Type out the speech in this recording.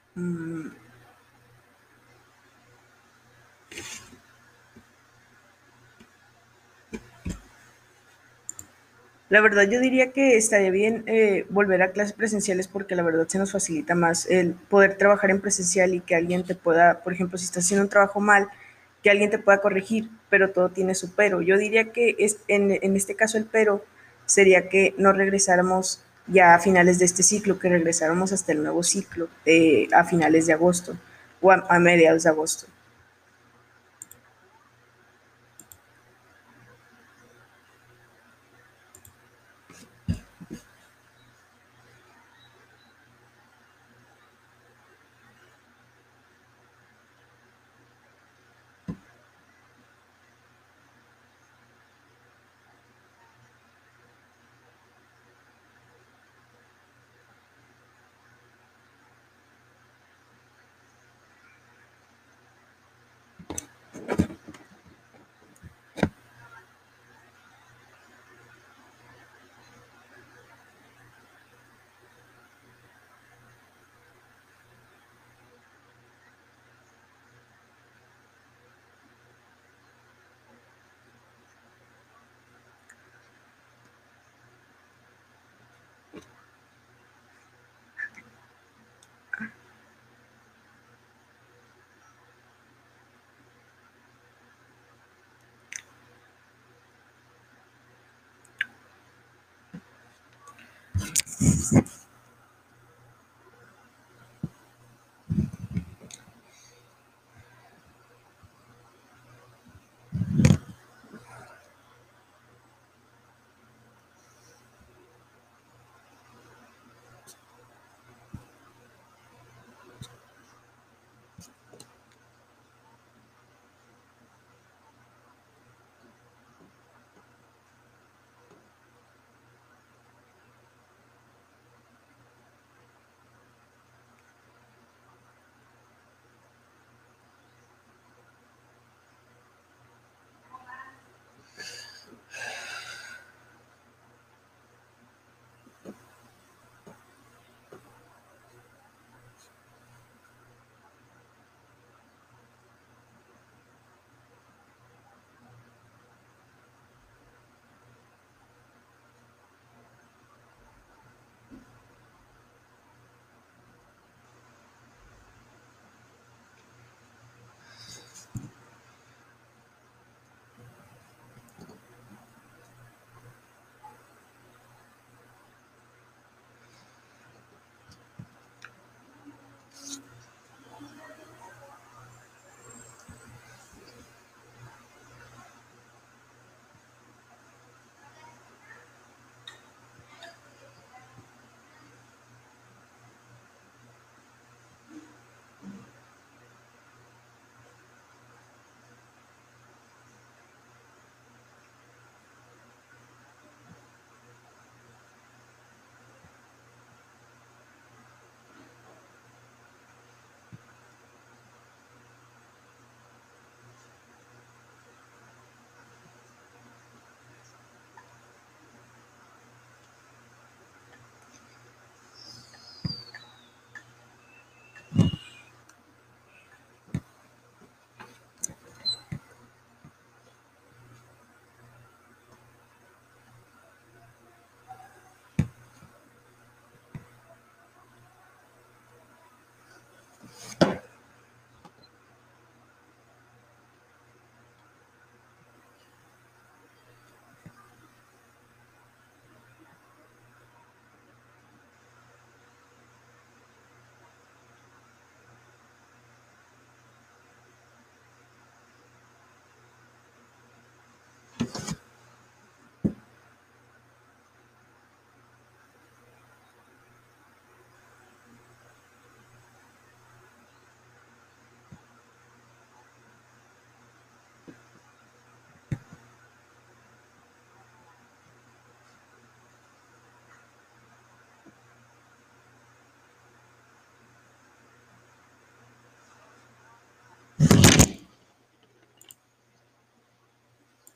Mm, La verdad yo diría que estaría bien volver a clases presenciales porque la verdad se nos facilita más el poder trabajar en presencial y que alguien te pueda, por ejemplo, si estás haciendo un trabajo mal, que alguien te pueda corregir, pero todo tiene su pero. Yo diría que en este caso el pero sería que no regresáramos ya a finales de este ciclo, que regresáramos hasta el nuevo ciclo a finales de agosto o a mediados de agosto.